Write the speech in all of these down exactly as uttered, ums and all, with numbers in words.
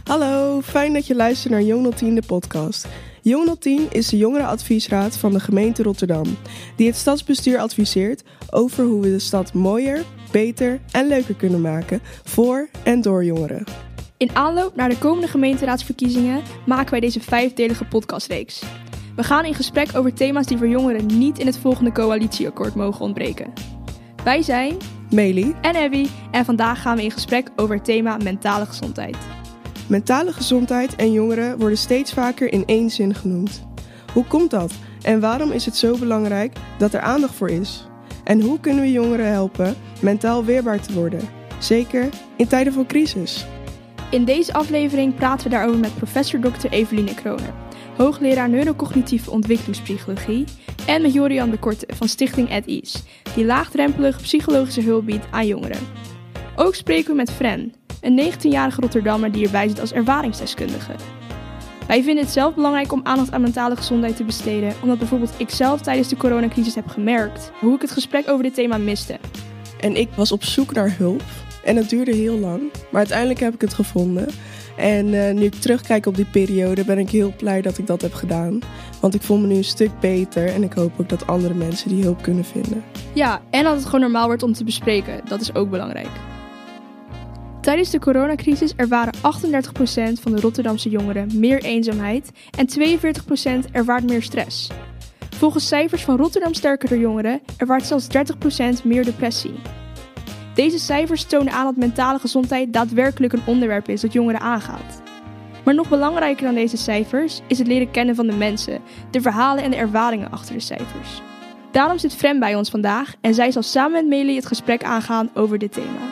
Hallo, fijn dat je luistert naar Jong nul tien, de podcast. Jong nul tien is de jongerenadviesraad van de gemeente Rotterdam, die het stadsbestuur adviseert over hoe we de stad mooier, beter en leuker kunnen maken voor en door jongeren. In aanloop naar de komende gemeenteraadsverkiezingen maken wij deze vijfdelige podcastreeks. We gaan in gesprek over thema's die voor jongeren niet in het volgende coalitieakkoord mogen ontbreken. Wij zijn Meli en Abby en vandaag gaan we in gesprek over het thema mentale gezondheid. Mentale gezondheid en jongeren worden steeds vaker in één zin genoemd. Hoe komt dat? En waarom is het zo belangrijk dat er aandacht voor is? En hoe kunnen we jongeren helpen mentaal weerbaar te worden? Zeker in tijden van crisis. In deze aflevering praten we daarover met professor dokter Eveline Kroner, hoogleraar neurocognitieve ontwikkelingspsychologie, en met Jorian de Korte van Stichting At Ease, die laagdrempelige psychologische hulp biedt aan jongeren. Ook spreken we met Fren, een negentienjarige Rotterdammer die erbij zit als ervaringsdeskundige. Wij vinden het zelf belangrijk om aandacht aan mentale gezondheid te besteden, omdat bijvoorbeeld ik zelf tijdens de coronacrisis heb gemerkt hoe ik het gesprek over dit thema miste. En ik was op zoek naar hulp en het duurde heel lang, maar uiteindelijk heb ik het gevonden. En uh, nu ik terugkijk op die periode ben ik heel blij dat ik dat heb gedaan. Want ik voel me nu een stuk beter en ik hoop ook dat andere mensen die hulp kunnen vinden. Ja, en dat het gewoon normaal wordt om te bespreken, dat is ook belangrijk. Tijdens de coronacrisis ervaren achtendertig procent van de Rotterdamse jongeren meer eenzaamheid en tweeënveertig procent ervaart meer stress. Volgens cijfers van Rotterdam Sterker door Jongeren ervaart zelfs dertig procent meer depressie. Deze cijfers tonen aan dat mentale gezondheid daadwerkelijk een onderwerp is dat jongeren aangaat. Maar nog belangrijker dan deze cijfers is het leren kennen van de mensen, de verhalen en de ervaringen achter de cijfers. Daarom zit Fren bij ons vandaag en zij zal samen met Meli het gesprek aangaan over dit thema.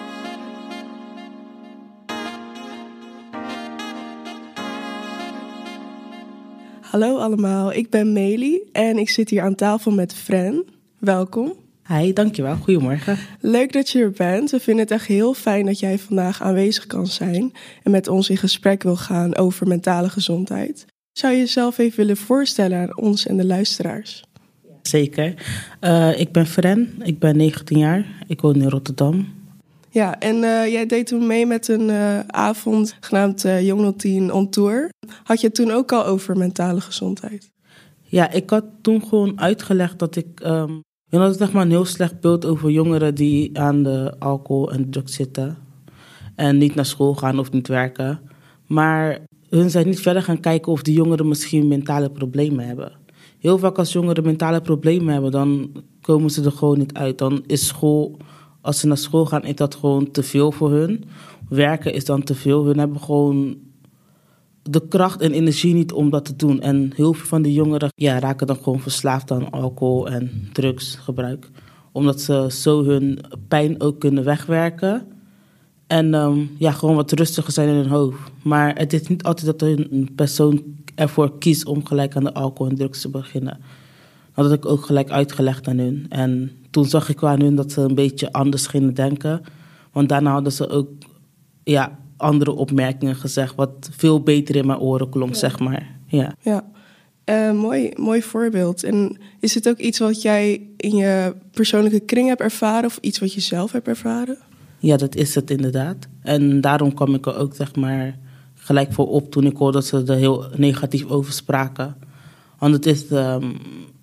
Hallo allemaal, ik ben Meli en ik zit hier aan tafel met Fren. Welkom. Hi, dankjewel. Goedemorgen. Leuk dat je er bent. We vinden het echt heel fijn dat jij vandaag aanwezig kan zijn en met ons in gesprek wil gaan over mentale gezondheid. Zou je jezelf even willen voorstellen aan ons en de luisteraars? Zeker. Uh, ik ben Fren, ik ben negentien jaar, ik woon in Rotterdam. Ja, en uh, jij deed toen mee met een uh, avond genaamd uh, Jong nul tien on Tour. Had je het toen ook al over mentale gezondheid? Ja, ik had toen gewoon uitgelegd dat ik... Um, je had zeg maar een heel slecht beeld over jongeren die aan de alcohol en drugs zitten. En niet naar school gaan of niet werken. Maar hun zijn niet verder gaan kijken of die jongeren misschien mentale problemen hebben. Heel vaak als jongeren mentale problemen hebben, dan komen ze er gewoon niet uit. Dan is school... Als ze naar school gaan, is dat gewoon te veel voor hun. Werken is dan te veel. Hun hebben gewoon de kracht en energie niet om dat te doen. En heel veel van die jongeren ja, raken dan gewoon verslaafd aan alcohol en drugsgebruik. Omdat ze zo hun pijn ook kunnen wegwerken. En um, ja, gewoon wat rustiger zijn in hun hoofd. Maar het is niet altijd dat een persoon ervoor kiest om gelijk aan de alcohol en drugs te beginnen. Dat had ik ook gelijk uitgelegd aan hun. En toen zag ik wel aan hun dat ze een beetje anders gingen denken. Want daarna hadden ze ook ja, andere opmerkingen gezegd, wat veel beter in mijn oren klonk, ja. zeg maar. Ja, ja. Uh, mooi, mooi voorbeeld. En is het ook iets wat jij in je persoonlijke kring hebt ervaren of iets wat je zelf hebt ervaren? Ja, dat is het inderdaad. En daarom kwam ik er ook zeg maar gelijk voor op toen ik hoorde dat ze er heel negatief over spraken. Want het is... Um,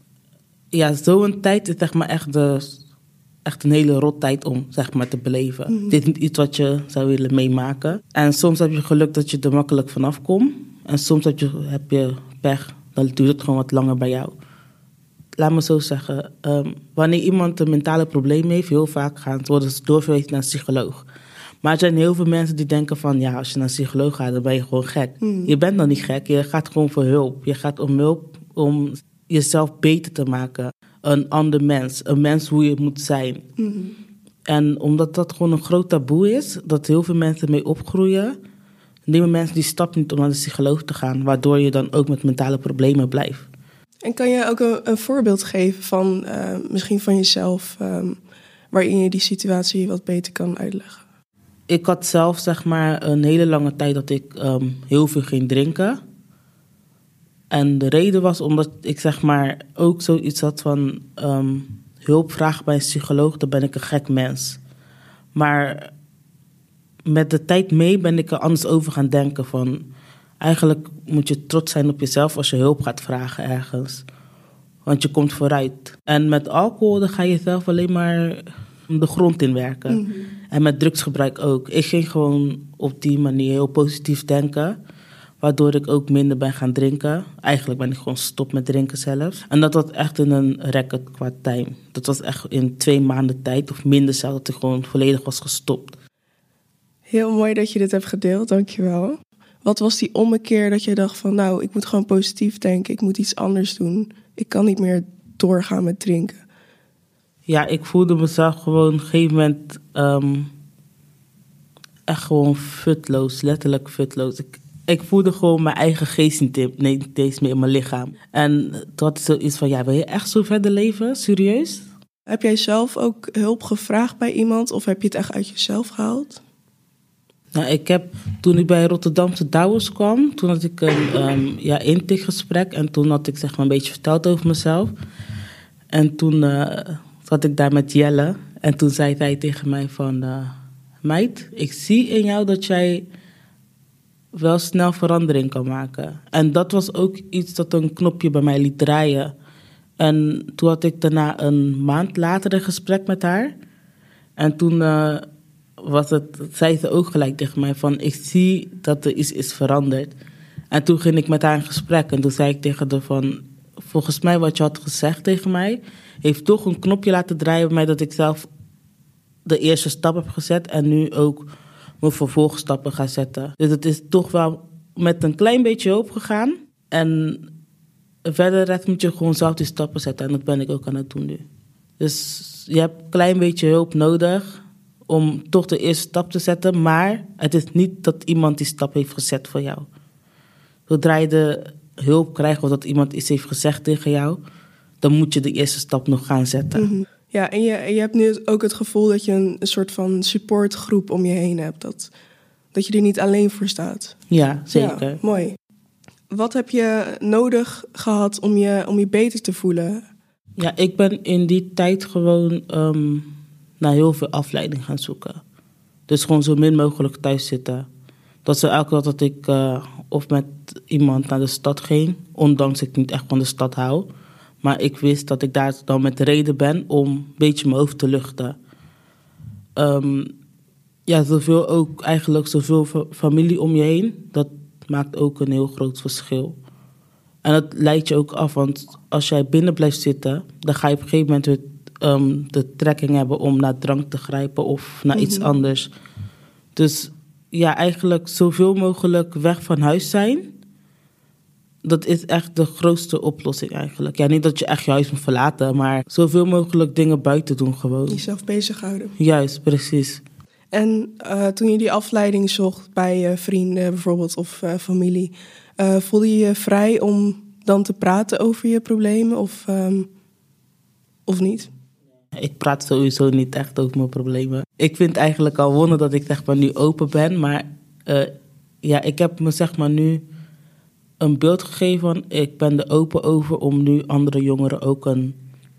Ja, zo'n tijd is zeg maar echt, de, echt een hele rot tijd om zeg maar, te beleven. Mm-hmm. Dit is niet iets wat je zou willen meemaken. En soms heb je geluk dat je er makkelijk vanaf komt. En soms heb je, heb je pech, dan duurt het gewoon wat langer bij jou. Laat me zo zeggen, um, wanneer iemand een mentale probleem heeft, heel vaak gaan, worden ze doorverwezen naar een psycholoog. Maar er zijn heel veel mensen die denken van, ja, als je naar een psycholoog gaat, dan ben je gewoon gek. Mm-hmm. Je bent dan niet gek, je gaat gewoon voor hulp. Je gaat om hulp om... jezelf beter te maken. Een ander mens. Een mens hoe je moet zijn. Mm-hmm. En omdat dat gewoon een groot taboe is, dat heel veel mensen mee opgroeien, nemen mensen die stap niet om naar de psycholoog te gaan, waardoor je dan ook met mentale problemen blijft. En kan je ook een, een voorbeeld geven van uh, misschien van jezelf, um, waarin je die situatie wat beter kan uitleggen? Ik had zelf zeg maar een hele lange tijd dat ik um, heel veel ging drinken. En de reden was omdat ik zeg maar ook zoiets had van um, hulp vragen bij een psycholoog, dan ben ik een gek mens. Maar met de tijd mee ben ik er anders over gaan denken van... Eigenlijk moet je trots zijn op jezelf als je hulp gaat vragen ergens. Want je komt vooruit. En met alcohol dan ga je zelf alleen maar de grond in werken. Mm-hmm. En met drugsgebruik ook. Ik ging gewoon op die manier heel positief denken. Waardoor ik ook minder ben gaan drinken. Eigenlijk ben ik gewoon gestopt met drinken zelfs. En dat was echt in een record qua time. Dat was echt in twee maanden tijd of minder zelfs dat ik gewoon volledig was gestopt. Heel mooi dat je dit hebt gedeeld, dankjewel. Wat was die ommekeer dat je dacht van... nou, ik moet gewoon positief denken, ik moet iets anders doen. Ik kan niet meer doorgaan met drinken. Ja, ik voelde mezelf gewoon op een gegeven moment... Um, echt gewoon futloos, letterlijk futloos. Ik, ik voelde gewoon mijn eigen geest niet, nee, niet eens meer in mijn lichaam. En toen had ik zoiets van, ja, wil je echt zo verder leven? Serieus? Heb jij zelf ook hulp gevraagd bij iemand of heb je het echt uit jezelf gehaald? Nou, ik heb, toen ik bij Rotterdamse Douwers kwam, toen had ik een um, ja, intakegesprek en toen had ik zeg maar een beetje verteld over mezelf. En toen uh, zat ik daar met Jelle en toen zei hij tegen mij van, uh, meid, ik zie in jou dat jij wel snel verandering kan maken. En dat was ook iets dat een knopje bij mij liet draaien. En toen had ik daarna een maand later een gesprek met haar. En toen uh, was het, zei ze ook gelijk tegen mij van... ik zie dat er iets is veranderd. En toen ging ik met haar in gesprek. En toen zei ik tegen haar van... volgens mij wat je had gezegd tegen mij... heeft toch een knopje laten draaien bij mij... dat ik zelf de eerste stap heb gezet... en nu ook mijn vervolgstappen ga zetten. Dus het is toch wel met een klein beetje hulp gegaan. En verder rest moet je gewoon zelf die stappen zetten. En dat ben ik ook aan het doen nu. Dus je hebt een klein beetje hulp nodig... om toch de eerste stap te zetten. Maar het is niet dat iemand die stap heeft gezet voor jou. Zodra je de hulp krijgt of dat iemand iets heeft gezegd tegen jou... dan moet je de eerste stap nog gaan zetten. Mm-hmm. Ja, en je, je hebt nu ook het gevoel dat je een, een soort van supportgroep om je heen hebt. Dat, dat je er niet alleen voor staat. Ja, zeker. Ja, mooi. Wat heb je nodig gehad om je, om je beter te voelen? Ja, ik ben in die tijd gewoon um, naar heel veel afleiding gaan zoeken. Dus gewoon zo min mogelijk thuis zitten. Dat is elke keer dat ik uh, of met iemand naar de stad ging... ondanks ik niet echt van de stad hou... maar ik wist dat ik daar dan met de reden ben om een beetje mijn hoofd te luchten. Um, ja, zoveel ook eigenlijk zoveel familie om je heen... dat maakt ook een heel groot verschil. En dat leidt je ook af, want als jij binnen blijft zitten... dan ga je op een gegeven moment weer um, de trekking hebben om naar drank te grijpen... of naar mm-hmm. iets anders. Dus ja, eigenlijk zoveel mogelijk weg van huis zijn... dat is echt de grootste oplossing eigenlijk. Ja, niet dat je echt je huis moet verlaten... maar zoveel mogelijk dingen buiten doen gewoon. Jezelf bezighouden. Juist, precies. En uh, toen je die afleiding zocht bij uh, vrienden bijvoorbeeld of uh, familie... Uh, voelde je je vrij om dan te praten over je problemen of, um, of niet? Ik praat sowieso niet echt over mijn problemen. Ik vind eigenlijk al wonder dat ik zeg maar nu open ben... maar uh, ja, ik heb me zeg maar nu... een beeld gegeven van, ik ben er open over om nu andere jongeren ook een,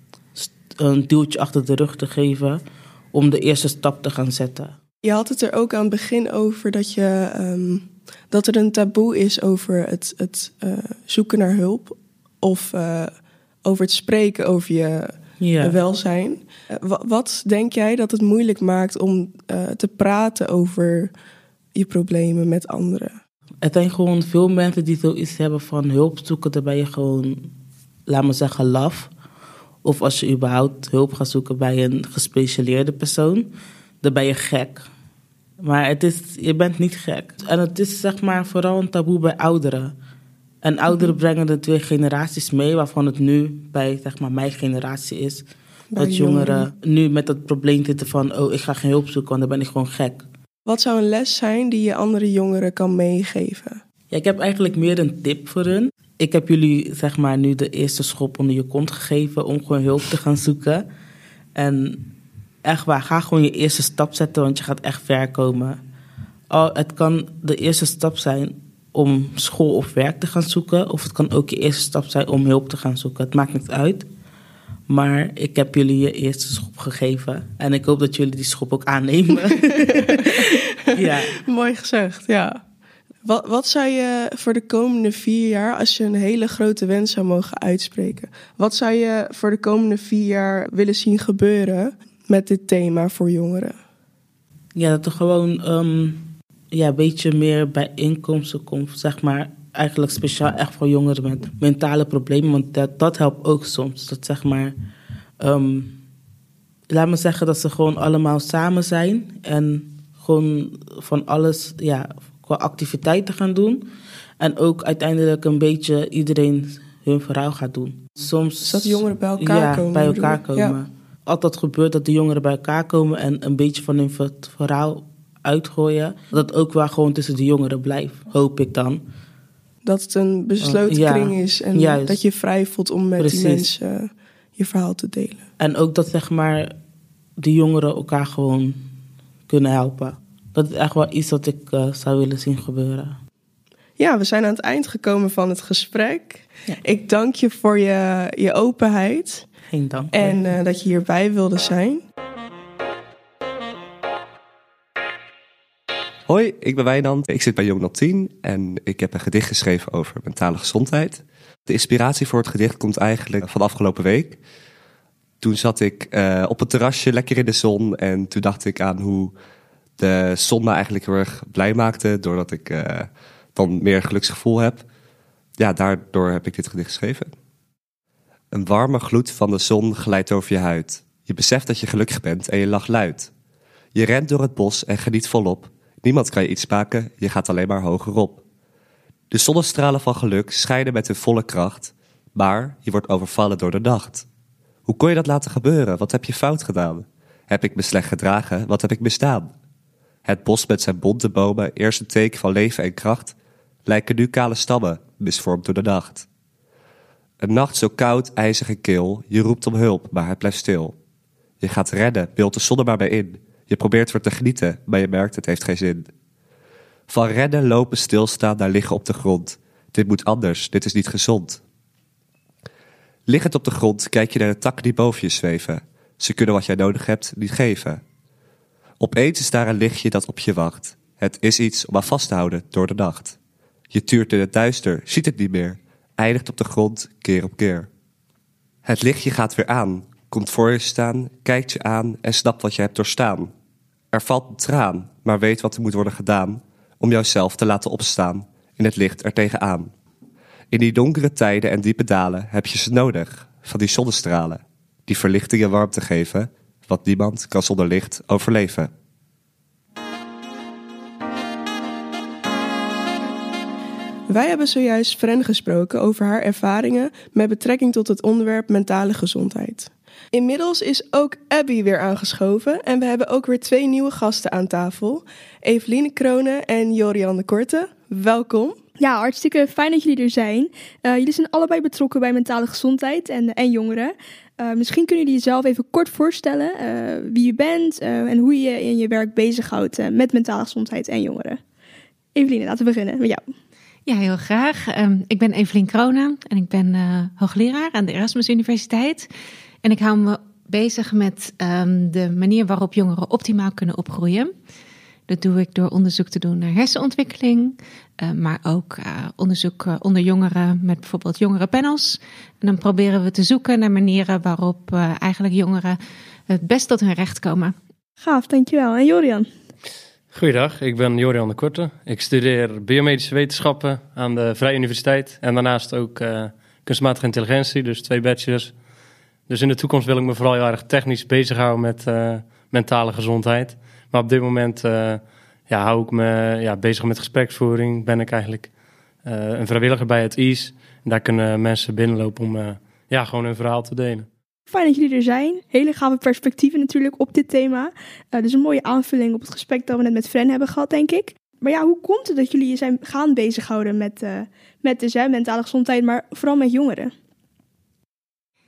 een duwtje achter de rug te geven om de eerste stap te gaan zetten. Je had het er ook aan het begin over dat, je, um, dat er een taboe is over het, het uh, zoeken naar hulp of uh, over het spreken over je ja. welzijn. Uh, w- wat denk jij dat het moeilijk maakt om uh, te praten over je problemen met anderen? Er zijn gewoon veel mensen die zoiets hebben van hulp zoeken. Dan ben je gewoon, laat maar zeggen, laf. Of als je überhaupt hulp gaat zoeken bij een gespecialiseerde persoon, dan ben je gek. Maar het is, je bent niet gek. En het is zeg maar vooral een taboe bij ouderen. En ouderen brengen de twee generaties mee, waarvan het nu bij zeg maar mijn generatie is. Bij dat jongeren, jongeren nu met dat probleem zitten van, oh, ik ga geen hulp zoeken, want dan ben ik gewoon gek. Wat zou een les zijn die je andere jongeren kan meegeven? Ja, ik heb eigenlijk meer een tip voor hun. Ik heb jullie zeg maar nu de eerste schop onder je kont gegeven om gewoon hulp te gaan zoeken. En echt waar, ga gewoon je eerste stap zetten, want je gaat echt ver komen. Oh, het kan de eerste stap zijn om school of werk te gaan zoeken, of het kan ook je eerste stap zijn om hulp te gaan zoeken. Het maakt niet uit. Maar ik heb jullie je eerste schop gegeven. En ik hoop dat jullie die schop ook aannemen. Ja. Mooi gezegd, ja. Wat, wat zou je voor de komende vier jaar, als je een hele grote wens zou mogen uitspreken, wat zou je voor de komende vier jaar willen zien gebeuren met dit thema voor jongeren? Ja, dat er gewoon um, ja, een beetje meer bijeenkomsten komt, zeg maar. Eigenlijk speciaal echt voor jongeren met mentale problemen, want dat, dat helpt ook soms. Dat zeg maar, um, laat me zeggen dat ze gewoon allemaal samen zijn en gewoon van alles, ja, qua activiteiten gaan doen. En ook uiteindelijk een beetje iedereen hun verhaal gaat doen. Soms dus dat jongeren bij elkaar ja, komen. bij elkaar komen. Ja. Altijd gebeurt dat de jongeren bij elkaar komen en een beetje van hun verhaal uitgooien. Dat het ook wel gewoon tussen de jongeren blijft, hoop ik dan. Dat het een besloten ja, kring is en juist. dat je je vrij voelt om met Precies. die mensen je verhaal te delen. En ook dat zeg maar de jongeren elkaar gewoon kunnen helpen. Dat is echt wel iets wat ik uh, zou willen zien gebeuren. Ja, we zijn aan het eind gekomen van het gesprek. Ja. Ik dank je voor je, je openheid. Geen dank. En uh, dat je hierbij wilde zijn. Hoi, ik ben Wijnand. Ik zit bij Jong nul tien en ik heb een gedicht geschreven over mentale gezondheid. De inspiratie voor het gedicht komt eigenlijk van de afgelopen week. Toen zat ik uh, op het terrasje lekker in de zon en toen dacht ik aan hoe de zon me eigenlijk heel erg blij maakte, doordat ik uh, dan meer geluksgevoel heb. Ja, daardoor heb ik dit gedicht geschreven. Een warme gloed van de zon glijdt over je huid. Je beseft dat je gelukkig bent en je lacht luid. Je rent door het bos en geniet volop. Niemand kan je iets maken, je gaat alleen maar hogerop. De zonnestralen van geluk schijnen met hun volle kracht, maar je wordt overvallen door de nacht. Hoe kon je dat laten gebeuren? Wat heb je fout gedaan? Heb ik me slecht gedragen? Wat heb ik misdaan? Het bos met zijn bonte bomen, eerst een teken van leven en kracht, lijken nu kale stammen, misvormd door de nacht. Een nacht zo koud, ijzig en kil, je roept om hulp, maar het blijft stil. Je gaat redden, beeld de zon er maar bij in. Je probeert weer te genieten, maar je merkt het heeft geen zin. Van rennen, lopen, stilstaan naar liggen op de grond. Dit moet anders, dit is niet gezond. Liggend op de grond kijk je naar de takken die boven je zweven. Ze kunnen wat jij nodig hebt niet geven. Opeens is daar een lichtje dat op je wacht. Het is iets om aan vast te houden door de nacht. Je tuurt in het duister, ziet het niet meer. Eindigt op de grond, keer op keer. Het lichtje gaat weer aan, komt voor je staan, kijkt je aan en snapt wat je hebt doorstaan. Er valt een traan, maar weet wat er moet worden gedaan om jouzelf te laten opstaan in het licht er tegenaan. In die donkere tijden en diepe dalen heb je ze nodig, van die zonnestralen, die verlichting en warmte geven, want niemand kan zonder licht overleven. Wij hebben zojuist Fren gesproken over haar ervaringen met betrekking tot het onderwerp mentale gezondheid. Inmiddels is ook Abby weer aangeschoven en we hebben ook weer twee nieuwe gasten aan tafel. Eveline Kronen en Jorian de Korte. Welkom. Ja, hartstikke fijn dat jullie er zijn. Uh, jullie zijn allebei betrokken bij mentale gezondheid en, en jongeren. Uh, misschien kunnen jullie jezelf even kort voorstellen uh, wie je bent uh, en hoe je je in je werk bezighoudt uh, met mentale gezondheid en jongeren. Eveline, laten we beginnen met jou. Ja, heel graag. Um, ik ben Eveline Kronen en ik ben uh, hoogleraar aan de Erasmus Universiteit. En ik hou me bezig met um, de manier waarop jongeren optimaal kunnen opgroeien. Dat doe ik door onderzoek te doen naar hersenontwikkeling, uh, maar ook uh, onderzoek uh, onder jongeren met bijvoorbeeld jongerenpanels. En dan proberen we te zoeken naar manieren waarop uh, eigenlijk jongeren het best tot hun recht komen. Gaaf, dankjewel. En Jorian? Goeiedag, ik ben Jorian de Korte. Ik studeer biomedische wetenschappen aan de Vrije Universiteit en daarnaast ook uh, kunstmatige intelligentie, dus twee bachelors. Dus in de toekomst wil ik me vooral heel erg technisch bezighouden met uh, mentale gezondheid. Maar op dit moment uh, ja, hou ik me ja, bezig met gespreksvoering. Ben ik eigenlijk uh, een vrijwilliger bij het I S. En daar kunnen mensen binnenlopen om uh, ja, gewoon hun verhaal te delen. Fijn dat jullie er zijn. Hele gave perspectieven natuurlijk op dit thema. Uh, dus een mooie aanvulling op het gesprek dat we net met Fren hebben gehad, denk ik. Maar ja, hoe komt het dat jullie je zijn gaan bezighouden met, uh, met dus, hè, mentale gezondheid, maar vooral met jongeren?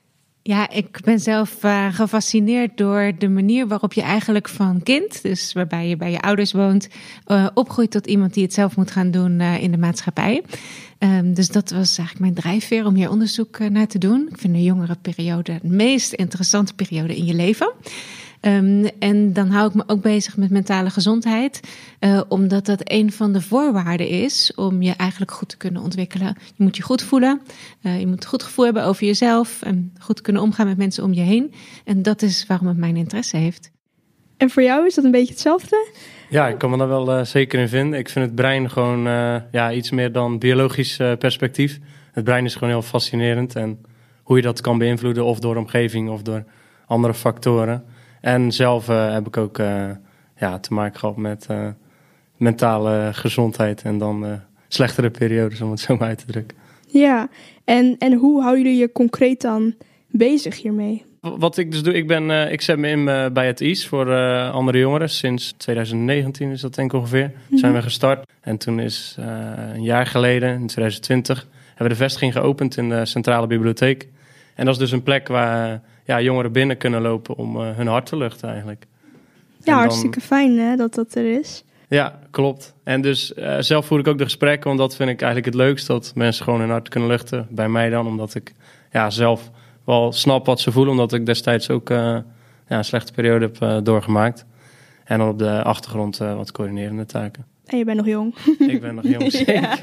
Ja, ik ben zelf uh, gefascineerd door de manier waarop je eigenlijk van kind, dus waarbij je bij je ouders woont, uh, opgroeit tot iemand die het zelf moet gaan doen uh, in de maatschappij. Um, dus dat was eigenlijk mijn drijfveer om hier onderzoek uh, naar te doen. Ik vind de jongere periode de meest interessante periode in je leven. Um, en dan hou ik me ook bezig met mentale gezondheid, uh, omdat dat een van de voorwaarden is om je eigenlijk goed te kunnen ontwikkelen. Je moet je goed voelen, uh, je moet een goed gevoel hebben over jezelf en goed kunnen omgaan met mensen om je heen. En dat is waarom het mijn interesse heeft. En voor jou is dat een beetje hetzelfde? Ja, ik kan me daar wel uh, zeker in vinden. Ik vind het brein gewoon uh, ja, iets meer dan biologisch uh, perspectief. Het brein is gewoon heel fascinerend en hoe je dat kan beïnvloeden, of door omgeving of door andere factoren. En zelf uh, heb ik ook uh, ja, te maken gehad met uh, mentale gezondheid en dan uh, slechtere periodes, om het zo maar uit te drukken. Ja, en, en hoe houden jullie je concreet dan bezig hiermee? Wat ik dus doe, ik, ben, uh, ik zet me in uh, bij het I S voor uh, andere jongeren. Sinds twintig negentien is dat denk ik ongeveer, mm-hmm. zijn we gestart. En toen is uh, een jaar geleden, in twintig twintig, hebben we de vestiging geopend in de Centrale Bibliotheek. En dat is dus een plek waar uh, ja, jongeren binnen kunnen lopen om uh, hun hart te luchten eigenlijk. Ja, dan, hartstikke fijn hè, dat dat er is. Ja, klopt. En dus uh, zelf voer ik ook de gesprekken, want dat vind ik eigenlijk het leukst. Dat mensen gewoon hun hart kunnen luchten. Bij mij dan, omdat ik ja, zelf wel snap wat ze voelen. Omdat ik destijds ook uh, ja, een slechte periode heb uh, doorgemaakt. En dan op de achtergrond uh, wat coördinerende taken. En je bent nog jong. Ik ben nog jong, zeker. Ja.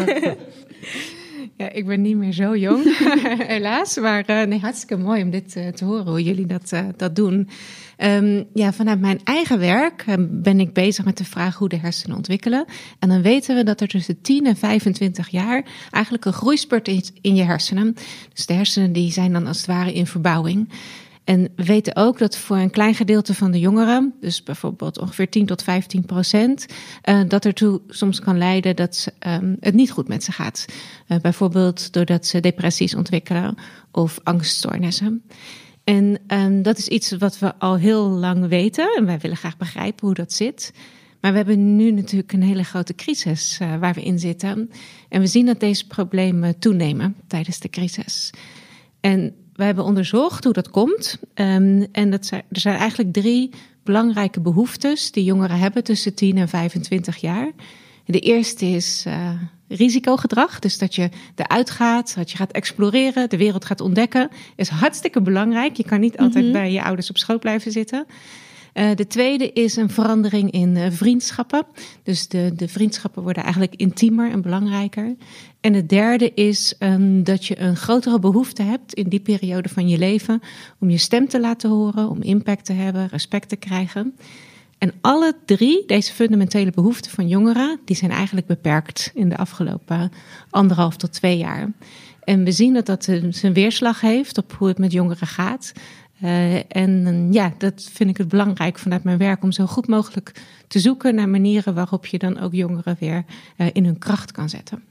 Ja, ik ben niet meer zo jong, helaas. Maar uh, nee, hartstikke mooi om dit uh, te horen, hoe jullie dat, uh, dat doen. Um, ja, vanuit mijn eigen werk uh, ben ik bezig met de vraag hoe de hersenen ontwikkelen. En dan weten we dat er tussen tien en vijfentwintig jaar eigenlijk een groeispurt is in je hersenen. Dus de hersenen die zijn dan als het ware in verbouwing. En we weten ook dat voor een klein gedeelte van de jongeren, dus bijvoorbeeld ongeveer tien tot vijftien procent, uh, dat ertoe soms kan leiden dat ze, um, het niet goed met ze gaat. Uh, bijvoorbeeld doordat ze depressies ontwikkelen of angststoornissen. En um, dat is iets wat we al heel lang weten en wij willen graag begrijpen hoe dat zit. Maar we hebben nu natuurlijk een hele grote crisis uh, waar we in zitten. En we zien dat deze problemen toenemen tijdens de crisis. En we hebben onderzocht hoe dat komt. Um, en dat zijn, er zijn eigenlijk drie belangrijke behoeftes die jongeren hebben tussen tien en vijfentwintig jaar. De eerste is uh, risicogedrag. Dus dat je eruit gaat, dat je gaat exploreren, de wereld gaat ontdekken. Is hartstikke belangrijk. Je kan niet altijd mm-hmm. bij je ouders op schoot blijven zitten. Uh, de tweede is een verandering in uh, vriendschappen. Dus de, de vriendschappen worden eigenlijk intiemer en belangrijker. En de derde is um, dat je een grotere behoefte hebt in die periode van je leven om je stem te laten horen, om impact te hebben, respect te krijgen. En alle drie, deze fundamentele behoeften van jongeren, die zijn eigenlijk beperkt in de afgelopen anderhalf tot twee jaar. En we zien dat dat zijn weerslag heeft op hoe het met jongeren gaat. Uh, en ja, dat vind ik het belangrijk vanuit mijn werk om zo goed mogelijk te zoeken naar manieren waarop je dan ook jongeren weer uh, in hun kracht kan zetten.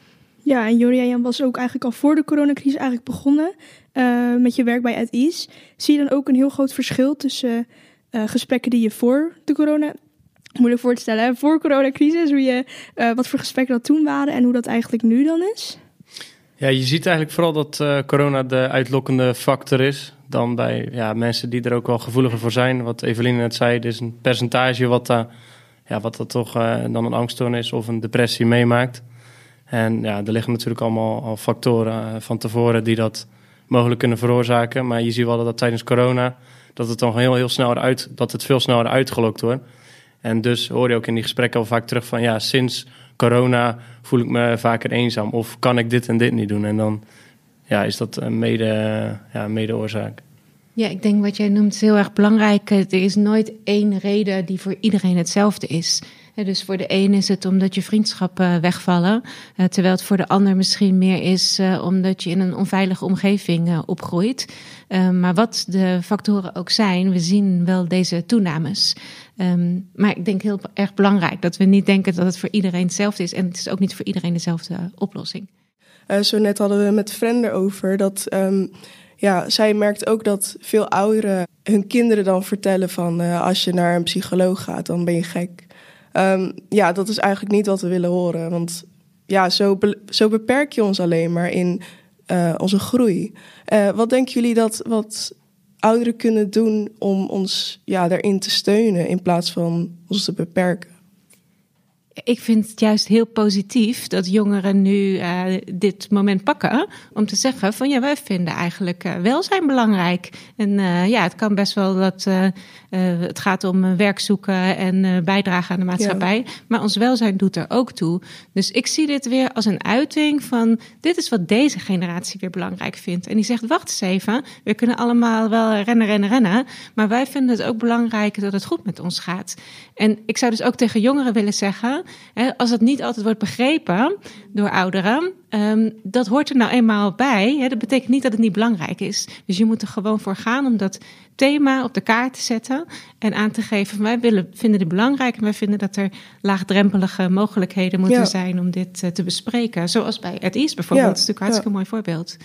Ja, en Jorian was ook eigenlijk al voor de coronacrisis eigenlijk begonnen uh, met je werk bij het I S. Zie je dan ook een heel groot verschil tussen uh, gesprekken die je voor de corona, moeilijk voor te stellen, hè? voor coronacrisis, hoe je, uh, wat voor gesprekken dat toen waren en hoe dat eigenlijk nu dan is? Ja, je ziet eigenlijk vooral dat uh, corona de uitlokkende factor is dan bij ja, mensen die er ook wel gevoeliger voor zijn. Wat Eveline net zei, er is een percentage wat, uh, ja, wat dat toch uh, dan een angststoornis of een depressie meemaakt. En ja, er liggen natuurlijk allemaal al factoren van tevoren die dat mogelijk kunnen veroorzaken. Maar je ziet wel dat, dat tijdens corona, dat het dan heel, heel snel eruit, dat het veel sneller uitgelokt wordt. En dus hoor je ook in die gesprekken al vaak terug van ja, sinds corona voel ik me vaker eenzaam. Of kan ik dit en dit niet doen? En dan ja, is dat een mede, ja, mede oorzaak. Ja, ik denk wat jij noemt is heel erg belangrijk. Er is nooit één reden die voor iedereen hetzelfde is. Dus voor de een is het omdat je vriendschappen wegvallen. Terwijl het voor de ander misschien meer is omdat je in een onveilige omgeving opgroeit. Maar wat de factoren ook zijn, we zien wel deze toenames. Um, maar ik denk heel erg belangrijk dat we niet denken dat het voor iedereen hetzelfde is. En het is ook niet voor iedereen dezelfde oplossing. Uh, zo net hadden we met Fren erover dat um, ja, zij merkt ook dat veel ouderen hun kinderen dan vertellen van uh, als je naar een psycholoog gaat, dan ben je gek. Um, ja, dat is eigenlijk niet wat we willen horen. Want ja, zo, be- zo beperk je ons alleen maar in uh, onze groei. Uh, wat denken jullie dat wat ouderen kunnen doen om ons ja, daarin te steunen in plaats van ons te beperken? Ik vind het juist heel positief dat jongeren nu uh, dit moment pakken om te zeggen van ja, wij vinden eigenlijk uh, welzijn belangrijk. En uh, ja, het kan best wel dat uh, uh, het gaat om werk zoeken en uh, bijdragen aan de maatschappij. Ja. Maar ons welzijn doet er ook toe. Dus ik zie dit weer als een uiting van dit is wat deze generatie weer belangrijk vindt. En die zegt wacht eens even, we kunnen allemaal wel rennen, rennen, rennen. Maar wij vinden het ook belangrijk dat het goed met ons gaat. En ik zou dus ook tegen jongeren willen zeggen, als het niet altijd wordt begrepen door ouderen, um, dat hoort er nou eenmaal bij. Hè? Dat betekent niet dat het niet belangrijk is. Dus je moet er gewoon voor gaan om dat thema op de kaart te zetten en aan te geven. Wij willen, vinden dit belangrijk en wij vinden dat er laagdrempelige mogelijkheden moeten ja. zijn om dit uh, te bespreken. Zoals bij At Ease bijvoorbeeld. Ja. Dat is natuurlijk een hartstikke ja. mooi voorbeeld.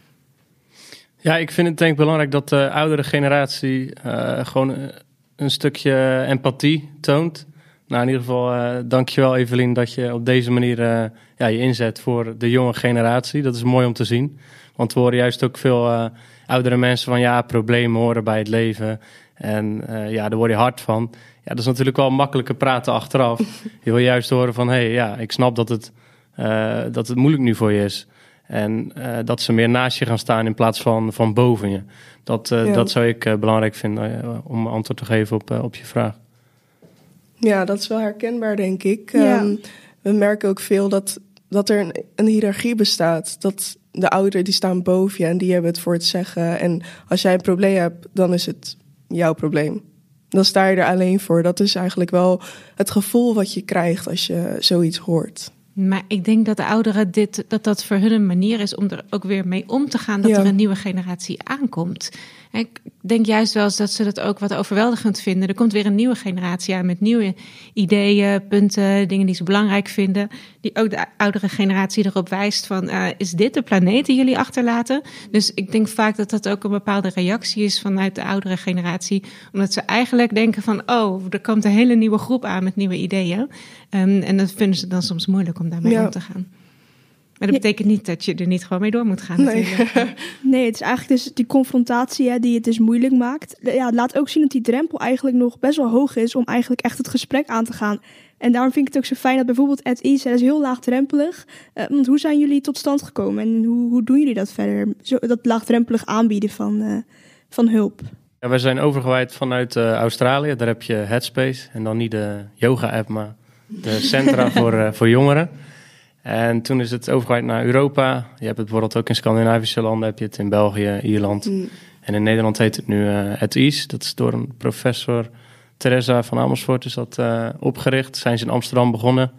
Ja, ik vind het denk ik belangrijk dat de oudere generatie uh, gewoon een stukje empathie toont. Nou, in ieder geval, uh, dankjewel Evelien dat je op deze manier uh, ja, je inzet voor de jonge generatie. Dat is mooi om te zien. Want we horen juist ook veel uh, oudere mensen van ja, problemen horen bij het leven. En uh, ja, daar word je hard van. Ja, dat is natuurlijk wel makkelijker praten achteraf. Je wil juist horen van hé, hey, ja, ik snap dat het, uh, dat het moeilijk nu voor je is. En uh, dat ze meer naast je gaan staan in plaats van, van boven je. Dat, uh, ja. dat zou ik uh, belangrijk vinden uh, om antwoord te geven op, uh, op je vraag. Ja, dat is wel herkenbaar, denk ik. Ja. Um, we merken ook veel dat, dat er een, een hiërarchie bestaat. Dat de ouderen die staan boven je en die hebben het voor het zeggen. En als jij een probleem hebt, dan is het jouw probleem. Dan sta je er alleen voor. Dat is eigenlijk wel het gevoel wat je krijgt als je zoiets hoort. Maar ik denk dat de ouderen dit, dat dat voor hun een manier is om er ook weer mee om te gaan dat ja. er een nieuwe generatie aankomt. Ik denk juist wel eens dat ze dat ook wat overweldigend vinden. Er komt weer een nieuwe generatie aan met nieuwe ideeën, punten, dingen die ze belangrijk vinden. Die ook de oudere generatie erop wijst van, uh, is dit de planeet die jullie achterlaten? Dus ik denk vaak dat dat ook een bepaalde reactie is vanuit de oudere generatie. Omdat ze eigenlijk denken van, oh, er komt een hele nieuwe groep aan met nieuwe ideeën. Um, en dat vinden ze dan soms moeilijk om daarmee ja. om te gaan. Maar dat betekent niet dat je er niet gewoon mee door moet gaan. Nee, nee het is eigenlijk dus die confrontatie hè, die het dus moeilijk maakt. Ja, het laat ook zien dat die drempel eigenlijk nog best wel hoog is om eigenlijk echt het gesprek aan te gaan. En daarom vind ik het ook zo fijn dat bijvoorbeeld At Ease, dat is heel laagdrempelig. Uh, want hoe zijn jullie tot stand gekomen en hoe, hoe doen jullie dat verder? Zo, dat laagdrempelig aanbieden van, uh, van hulp. Ja, wij zijn overgewaaid vanuit uh, Australië. Daar heb je Headspace en dan niet de yoga-app, maar de centra voor, uh, voor jongeren. En toen is het overgewaaid naar Europa. Je hebt het bijvoorbeeld ook in Scandinavische landen, heb je het in België, Ierland. Mm. En in Nederland heet het nu uh, At Ease. Dat is door een professor, Teresa van Amersfoort, is dat uh, opgericht. Zijn ze in Amsterdam begonnen.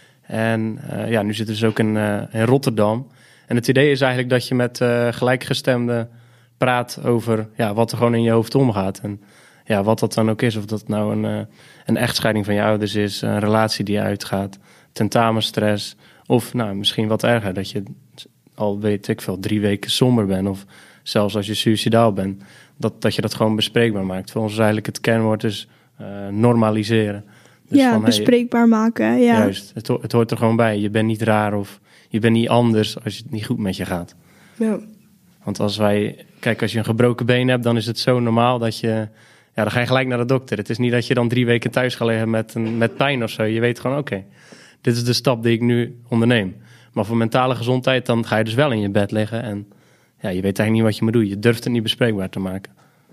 En uh, ja, nu zitten ze ook in, uh, in Rotterdam. En het idee is eigenlijk dat je met uh, gelijkgestemden praat over ja, wat er gewoon in je hoofd omgaat. En ja, wat dat dan ook is. Of dat nou een, uh, een echtscheiding van je ouders is, een relatie die uitgaat, tentamenstress. Of nou, misschien wat erger, dat je al weet ik veel, drie weken somber bent. Of zelfs als je suicidaal bent. Dat, dat je dat gewoon bespreekbaar maakt. Voor ons is eigenlijk het kernwoord is uh, normaliseren. Dus ja, van, bespreekbaar hey, maken. Ja. Juist, het, het hoort er gewoon bij. Je bent niet raar of je bent niet anders als het niet goed met je gaat. Ja. Want als wij, kijk, als je een gebroken been hebt, dan is het zo normaal dat je, ja, dan ga je gelijk naar de dokter. Het is niet dat je dan drie weken thuis gaat liggen met, een, met pijn of zo. Je weet gewoon, oké, okay, dit is de stap die ik nu onderneem. Maar voor mentale gezondheid, dan ga je dus wel in je bed liggen en ja, je weet eigenlijk niet wat je moet doen. Je durft het niet bespreekbaar te maken.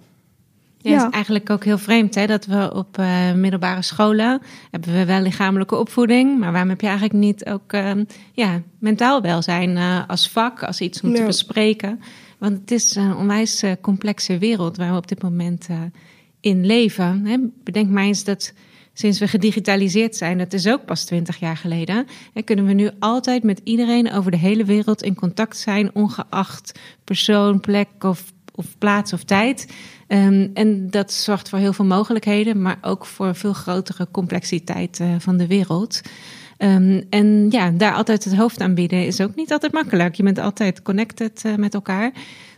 Ja, het is eigenlijk ook heel vreemd hè, dat we op uh, middelbare scholen hebben we wel lichamelijke opvoeding, maar waarom heb je eigenlijk niet ook uh, ja, mentaal welzijn uh, als vak, als iets om ja. te bespreken? Want het is een onwijs uh, complexe wereld waar we op dit moment uh, in leven. Hè. Bedenk maar eens dat sinds we gedigitaliseerd zijn, dat is ook pas twintig jaar geleden, hè, kunnen we nu altijd met iedereen over de hele wereld in contact zijn, ongeacht persoon, plek of of plaats of tijd. Um, en dat zorgt voor heel veel mogelijkheden, maar ook voor een veel grotere complexiteit uh, van de wereld. Um, en ja, daar altijd het hoofd aan bieden is ook niet altijd makkelijk. Je bent altijd connected uh, met elkaar.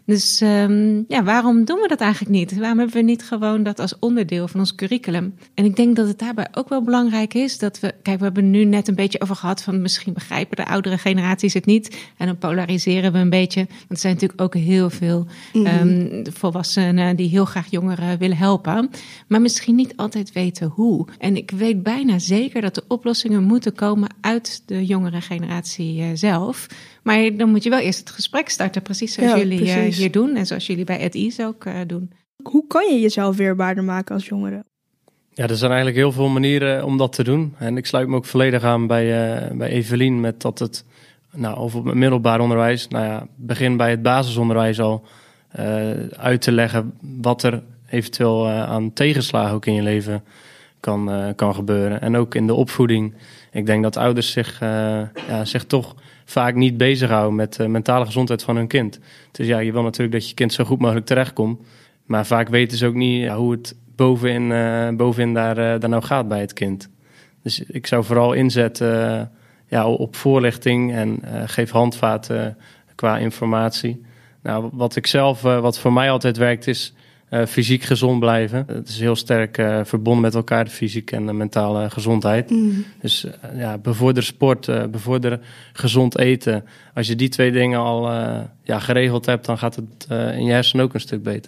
Dus um, ja, waarom doen we dat eigenlijk niet? Waarom hebben we niet gewoon dat als onderdeel van ons curriculum? En ik denk dat het daarbij ook wel belangrijk is dat we... Kijk, we hebben nu net een beetje over gehad van misschien begrijpen de oudere generaties het niet. En dan polariseren we een beetje. Want er zijn natuurlijk ook heel veel mm-hmm. um, volwassenen die heel graag jongeren willen helpen. Maar misschien niet altijd weten hoe. En ik weet bijna zeker dat de oplossingen moeten komen uit de jongere generatie uh, zelf. Maar dan moet je wel eerst het gesprek starten, precies zoals ja, jullie precies. hier doen en zoals jullie bij At Ease ook uh, doen. Hoe kan je jezelf weerbaarder maken als jongere? Ja, er zijn eigenlijk heel veel manieren om dat te doen. En ik sluit me ook volledig aan bij, uh, bij Evelien met dat het, nou, of op het middelbaar onderwijs, nou ja, begin bij het basisonderwijs al uh, uit te leggen wat er eventueel uh, aan tegenslagen ook in je leven kan, uh, kan gebeuren. En ook in de opvoeding. Ik denk dat ouders zich, uh, ja, zich toch vaak niet bezighouden met de mentale gezondheid van hun kind. Dus ja, je wil natuurlijk dat je kind zo goed mogelijk terechtkomt. Maar vaak weten ze ook niet ja, hoe het bovenin, uh, bovenin daar, uh, daar nou gaat bij het kind. Dus ik zou vooral inzetten uh, ja, op voorlichting en uh, geef handvaten uh, qua informatie. Nou, wat ik zelf, uh, wat voor mij altijd werkt, is uh, fysiek gezond blijven. Het is heel sterk uh, verbonden met elkaar, de fysiek en de mentale gezondheid. Mm. Dus uh, ja, bevorder sport, uh, bevorder gezond eten. Als je die twee dingen al uh, ja, geregeld hebt, dan gaat het uh, in je hersenen ook een stuk beter.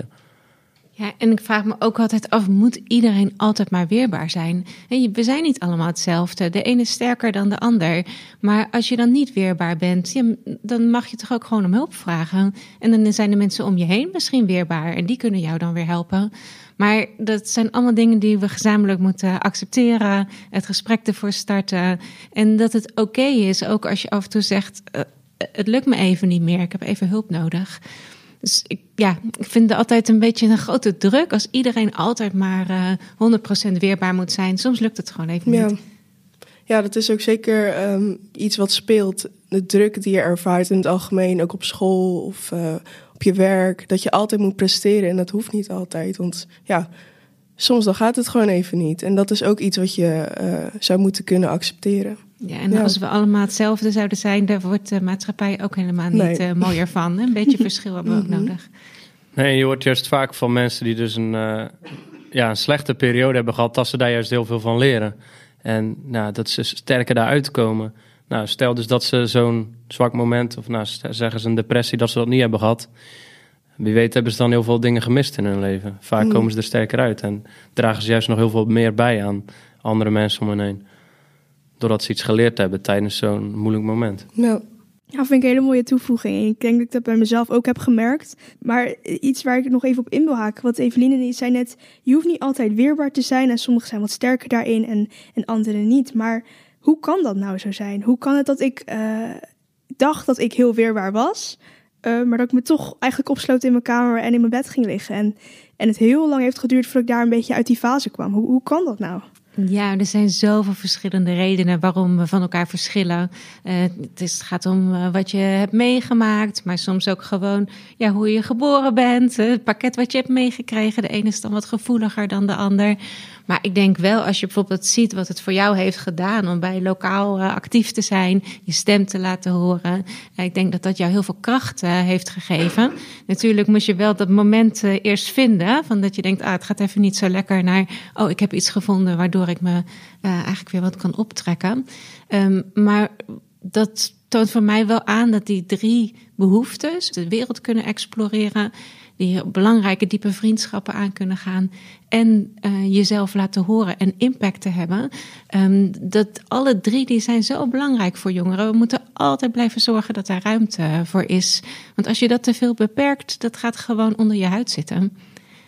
Ja, en ik vraag me ook altijd af, moet iedereen altijd maar weerbaar zijn? We zijn niet allemaal hetzelfde. De ene is sterker dan de ander. Maar als je dan niet weerbaar bent, ja, dan mag je toch ook gewoon om hulp vragen. En dan zijn de mensen om je heen misschien weerbaar. En die kunnen jou dan weer helpen. Maar dat zijn allemaal dingen die we gezamenlijk moeten accepteren. Het gesprek ervoor starten. En dat het oké is, ook als je af en toe zegt, uh, het lukt me even niet meer. Ik heb even hulp nodig. Dus ik, ja, ik vind het altijd een beetje een grote druk als iedereen altijd maar uh, honderd procent weerbaar moet zijn. Soms lukt het gewoon even ja. niet. Ja, dat is ook zeker um, iets wat speelt. De druk die je ervaart in het algemeen, ook op school of uh, op je werk. Dat je altijd moet presteren en dat hoeft niet altijd. Want ja, soms dan gaat het gewoon even niet. En dat is ook iets wat je uh, zou moeten kunnen accepteren. Ja, en ja. als we allemaal hetzelfde zouden zijn, daar wordt de maatschappij ook helemaal niet nee. uh, mooier van. Een beetje verschil hebben we ook mm-hmm. nodig. Nee, je hoort juist vaak van mensen die dus een, uh, ja, een slechte periode hebben gehad, dat ze daar juist heel veel van leren. En nou, dat ze sterker daaruit komen. Nou, stel dus dat ze zo'n zwak moment, of nou, zeggen ze een depressie, dat ze dat niet hebben gehad. Wie weet hebben ze dan heel veel dingen gemist in hun leven. Vaak mm. komen ze er sterker uit en dragen ze juist nog heel veel meer bij aan andere mensen om hen heen. Doordat ze iets geleerd hebben tijdens zo'n moeilijk moment. Ja. Ja, vind ik een hele mooie toevoeging. Ik denk dat ik dat bij mezelf ook heb gemerkt. Maar iets waar ik nog even op in wil haken. Wat Eveline zei net, je hoeft niet altijd weerbaar te zijn. En sommigen zijn wat sterker daarin en, en anderen niet. Maar hoe kan dat nou zo zijn? Hoe kan het dat ik uh, dacht dat ik heel weerbaar was... Uh, maar dat ik me toch eigenlijk opsloot in mijn kamer en in mijn bed ging liggen. En, en het heel lang heeft geduurd voordat ik daar een beetje uit die fase kwam. Hoe, hoe kan dat nou? Ja, er zijn zoveel verschillende redenen waarom we van elkaar verschillen. Uh, het, is, het gaat om uh, wat je hebt meegemaakt, maar soms ook gewoon ja, hoe je geboren bent. Uh, het pakket wat je hebt meegekregen. De ene is dan wat gevoeliger dan de ander. Maar ik denk wel, als je bijvoorbeeld ziet wat het voor jou heeft gedaan om bij lokaal uh, actief te zijn, je stem te laten horen. Uh, ik denk dat dat jou heel veel kracht uh, heeft gegeven. Natuurlijk moet je wel dat moment uh, eerst vinden, van dat je denkt, ah, het gaat even niet zo lekker naar, oh, ik heb iets gevonden waardoor ik me uh, eigenlijk weer wat kan optrekken. Um, maar dat toont voor mij wel aan dat die drie behoeftes, de wereld kunnen exploreren, die belangrijke diepe vriendschappen aan kunnen gaan en uh, jezelf laten horen en impact te hebben. Um, dat alle drie die zijn zo belangrijk voor jongeren. We moeten altijd blijven zorgen dat daar ruimte voor is. Want als je dat te veel beperkt, dat gaat gewoon onder je huid zitten.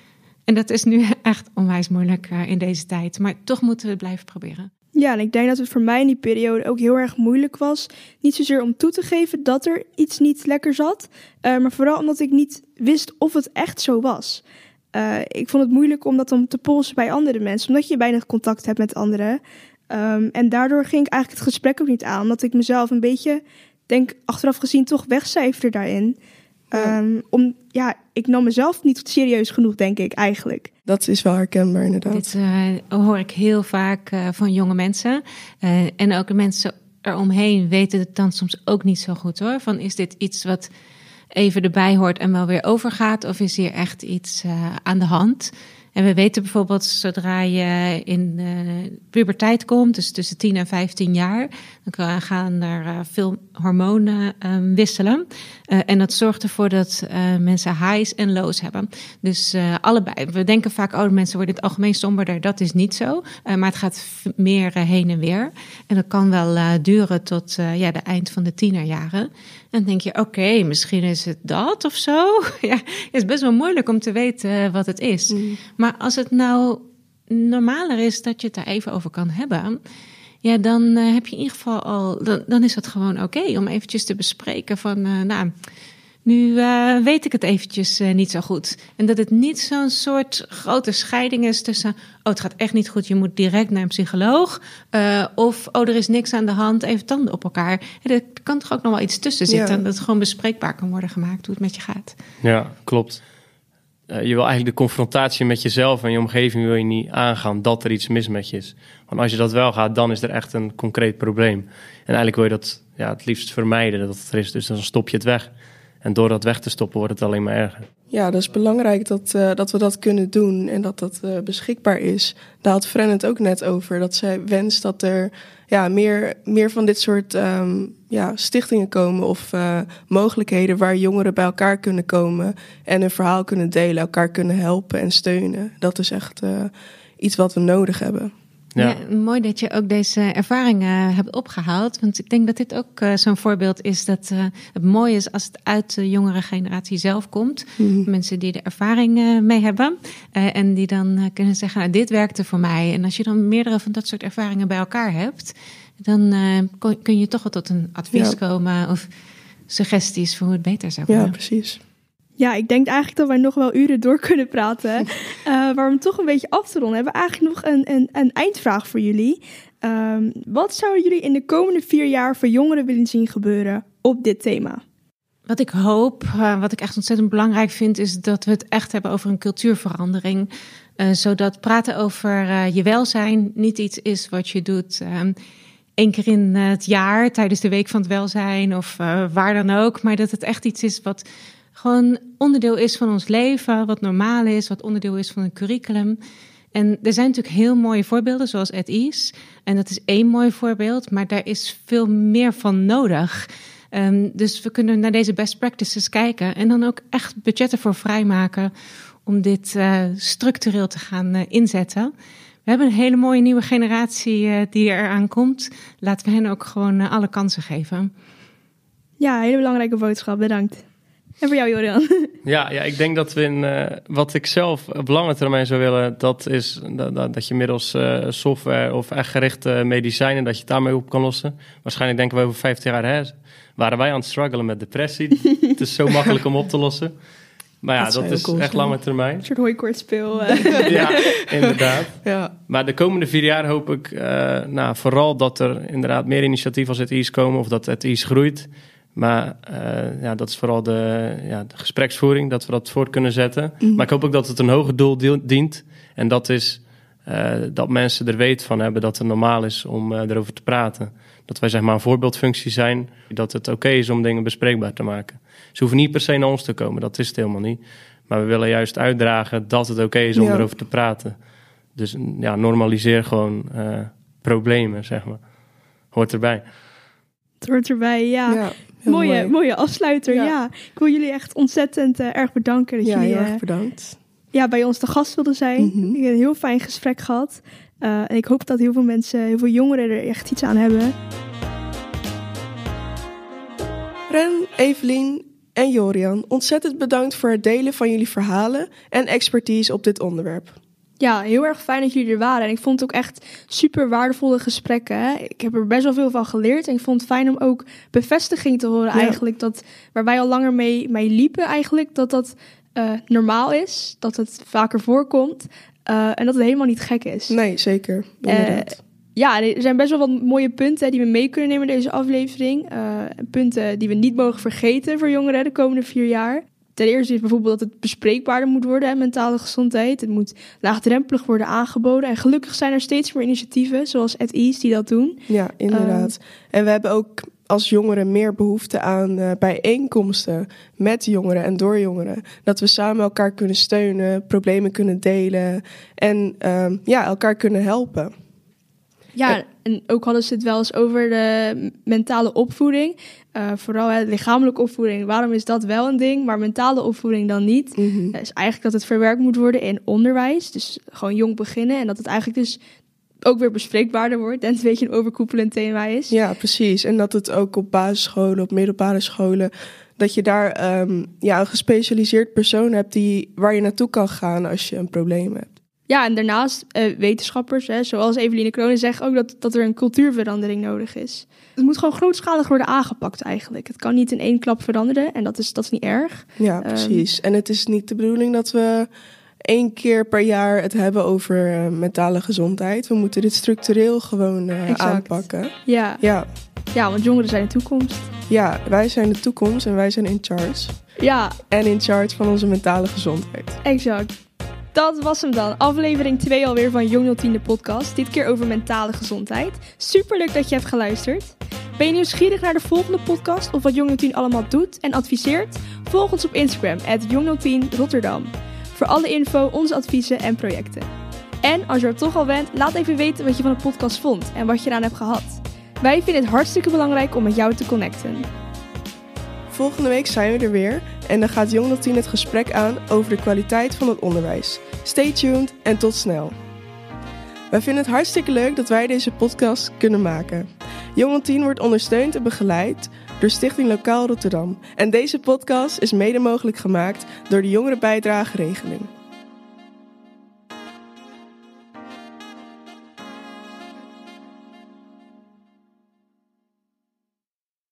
En dat is nu echt onwijs moeilijk uh, in deze tijd. Maar toch moeten we het blijven proberen. Ja, en ik denk dat het voor mij in die periode ook heel erg moeilijk was. Niet zozeer om toe te geven dat er iets niet lekker zat. Uh, maar vooral omdat ik niet wist of het echt zo was. Uh, ik vond het moeilijk om dat dan te polsen bij andere mensen. Omdat je weinig contact hebt met anderen. Um, en daardoor ging ik eigenlijk het gesprek ook niet aan. Omdat ik mezelf een beetje, denk achteraf gezien, toch wegcijferde daarin. Um, om, ja, ik nam mezelf niet serieus genoeg, denk ik, eigenlijk. Dat is wel herkenbaar, inderdaad. Dit uh, hoor ik heel vaak uh, van jonge mensen. Uh, en ook de mensen eromheen weten het dan soms ook niet zo goed, hoor. Van, is dit iets wat even erbij hoort en wel weer overgaat? Of is hier echt iets uh, aan de hand? En we weten bijvoorbeeld, zodra je in de puberteit komt, dus tussen tien en vijftien jaar, dan gaan er uh, veel hormonen um, wisselen. Uh, en dat zorgt ervoor dat uh, mensen highs en lows hebben. Dus uh, allebei. We denken vaak, oh, mensen worden in het algemeen somberder. Dat is niet zo. Uh, maar het gaat meer uh, heen en weer. En dat kan wel uh, duren tot uh, ja, de eind van de tienerjaren. En dan denk je, oké, okay, misschien is het dat of zo. Ja, het is best wel moeilijk om te weten uh, wat het is. Mm. Maar als het nou normaler is dat je het daar even over kan hebben, ja, dan uh, heb je in ieder geval al, dan, dan is het gewoon oké okay om eventjes te bespreken van, uh, nou, nu uh, weet ik het eventjes uh, niet zo goed. En dat het niet zo'n soort grote scheiding is tussen, oh, het gaat echt niet goed, je moet direct naar een psycholoog. Uh, of, oh, er is niks aan de hand, even tanden op elkaar. En er kan toch ook nog wel iets tussen zitten, ja. Dat het gewoon bespreekbaar kan worden gemaakt hoe het met je gaat. Ja, klopt. Uh, je wil eigenlijk de confrontatie met jezelf en je omgeving wil je niet aangaan dat er iets mis met je is. Want als je dat wel gaat, dan is er echt een concreet probleem. En eigenlijk wil je dat ja, het liefst vermijden dat het er is, dus dan stop je het weg. En door dat weg te stoppen wordt het alleen maar erger. Ja, dat is belangrijk dat, uh, dat we dat kunnen doen en dat dat uh, beschikbaar is. Daar had Fren het ook net over, dat zij wenst dat er ja, meer, meer van dit soort um, ja, stichtingen komen of uh, mogelijkheden waar jongeren bij elkaar kunnen komen en hun verhaal kunnen delen, elkaar kunnen helpen en steunen. Dat is echt uh, iets wat we nodig hebben. Ja. Ja, mooi dat je ook deze ervaringen hebt opgehaald. Want ik denk dat dit ook uh, zo'n voorbeeld is dat uh, het mooi is als het uit de jongere generatie zelf komt. Mm-hmm. Mensen die er ervaring uh, mee hebben. Uh, en die dan uh, kunnen zeggen, nou, dit werkte voor mij. En als je dan meerdere van dat soort ervaringen bij elkaar hebt, dan uh, kon, kun je toch wel tot een advies ja. komen of suggesties voor hoe het beter zou kunnen. Ja, precies. Ja, ik denk eigenlijk dat wij nog wel uren door kunnen praten. Uh, maar om het toch een beetje af te ronden, hebben we eigenlijk nog een, een, een eindvraag voor jullie. Um, wat zouden jullie in de komende vier jaar voor jongeren willen zien gebeuren op dit thema? Wat ik hoop, uh, wat ik echt ontzettend belangrijk vind, is dat we het echt hebben over een cultuurverandering. Uh, zodat praten over uh, je welzijn niet iets is wat je doet Um, Eén keer in het jaar tijdens de week van het welzijn of uh, waar dan ook. Maar dat het echt iets is wat gewoon onderdeel is van ons leven, wat normaal is, wat onderdeel is van een curriculum. En er zijn natuurlijk heel mooie voorbeelden, zoals At Ease. En dat is één mooi voorbeeld, maar daar is veel meer van nodig. Um, dus we kunnen naar deze best practices kijken en dan ook echt budgetten voor vrijmaken om dit uh, structureel te gaan uh, inzetten. We hebben een hele mooie nieuwe generatie uh, die eraan komt. Laten we hen ook gewoon uh, alle kansen geven. Ja, een hele belangrijke boodschap. Bedankt. En voor jou, Jorian? Ja, ja, ik denk dat we in uh, wat ik zelf op lange termijn zou willen, dat is dat, dat, dat je middels uh, software of echt gerichte medicijnen, dat je het daarmee op kan lossen. Waarschijnlijk denken we over vijftig jaar, hè, waren wij aan het struggelen met depressie. Het is zo makkelijk om op te lossen. Maar ja, dat, dat is cool echt zijn. Lange termijn. Een soort hooikoortspeel. Ja, inderdaad. Ja. Maar de komende vier jaar hoop ik uh, nou, vooral dat er inderdaad meer initiatieven als At Ease komen of dat At Ease groeit. Maar uh, ja, dat is vooral de, ja, de gespreksvoering, dat we dat voort kunnen zetten. Mm. Maar ik hoop ook dat het een hoger doel dient. En dat is uh, dat mensen er weet van hebben dat het normaal is om uh, erover te praten. Dat wij zeg maar een voorbeeldfunctie zijn. Dat het oké okay is om dingen bespreekbaar te maken. Ze hoeven niet per se naar ons te komen, dat is het helemaal niet. Maar we willen juist uitdragen dat het oké okay is om ja. erover te praten. Dus ja, normaliseer gewoon uh, problemen, zeg maar. Hoort erbij. Het hoort erbij, ja. ja mooie, mooi. mooie afsluiter, ja. ja. Ik wil jullie echt ontzettend uh, erg bedanken. Dat ja, jullie heel uh, erg bedankt. Ja, bij ons te gast wilden zijn. Mm-hmm. Ik heb een heel fijn gesprek gehad. Uh, en ik hoop dat heel veel mensen, heel veel jongeren er echt iets aan hebben. Ren, Evelien en Jorian, ontzettend bedankt voor het delen van jullie verhalen en expertise op dit onderwerp. Ja, heel erg fijn dat jullie er waren. En ik vond het ook echt super waardevolle gesprekken. Hè? Ik heb er best wel veel van geleerd. En ik vond het fijn om ook bevestiging te horen ja. eigenlijk. Dat waar wij al langer mee, mee liepen eigenlijk, dat dat uh, normaal is. Dat het vaker voorkomt. Uh, en dat het helemaal niet gek is. Nee, zeker. Inderdaad. Uh, ja, er zijn best wel wat mooie punten hè, die we mee kunnen nemen in deze aflevering. Uh, punten die we niet mogen vergeten voor jongeren de komende vier jaar. Ten eerste is bijvoorbeeld dat het bespreekbaarder moet worden, hè, mentale gezondheid. Het moet laagdrempelig worden aangeboden. En gelukkig zijn er steeds meer initiatieven, zoals At Ease, die dat doen. Ja, inderdaad. Um, en we hebben ook als jongeren meer behoefte aan uh, bijeenkomsten met jongeren en door jongeren. Dat we samen elkaar kunnen steunen, problemen kunnen delen en uh, ja, elkaar kunnen helpen. Ja, en ook hadden ze het wel eens over de mentale opvoeding. Uh, vooral hè, lichamelijke opvoeding. Waarom is dat wel een ding, maar mentale opvoeding dan niet? Mm-hmm. Dat is eigenlijk dat het verwerkt moet worden in onderwijs. Dus gewoon jong beginnen. En dat het eigenlijk dus ook weer bespreekbaarder wordt. En het een beetje een overkoepelend thema is. Ja, precies. En dat het ook op basisscholen, op middelbare scholen, dat je daar um, ja, een gespecialiseerd persoon hebt die, waar je naartoe kan gaan als je een probleem hebt. Ja, en daarnaast uh, wetenschappers, hè, zoals Eveline Kronen, zeggen ook dat, dat er een cultuurverandering nodig is. Het moet gewoon grootschalig worden aangepakt eigenlijk. Het kan niet in één klap veranderen en dat is, dat is niet erg. Ja, precies. Um, en het is niet de bedoeling dat we één keer per jaar het hebben over uh, mentale gezondheid. We moeten dit structureel gewoon uh, aanpakken. Ja. Ja. ja, want jongeren zijn de toekomst. Ja, wij zijn de toekomst en wij zijn in charge. Ja. En in charge van onze mentale gezondheid. Exact. Dat was hem dan. Aflevering twee alweer van Jong nul tien de podcast. Dit keer over mentale gezondheid. Superleuk dat je hebt geluisterd. Ben je nieuwsgierig naar de volgende podcast of wat Jong nul tien allemaal doet en adviseert? Volg ons op Instagram at Jong nul tien Rotterdam. Voor alle info, onze adviezen en projecten. En als je er toch al bent, laat even weten wat je van de podcast vond en wat je eraan hebt gehad. Wij vinden het hartstikke belangrijk om met jou te connecten. Volgende week zijn we er weer en dan gaat Jong nul tien het gesprek aan over de kwaliteit van het onderwijs. Stay tuned en tot snel. Wij vinden het hartstikke leuk dat wij deze podcast kunnen maken. Jong nul tien wordt ondersteund en begeleid door Stichting Lokaal Rotterdam. En deze podcast is mede mogelijk gemaakt door de Jongerenbijdrageregeling.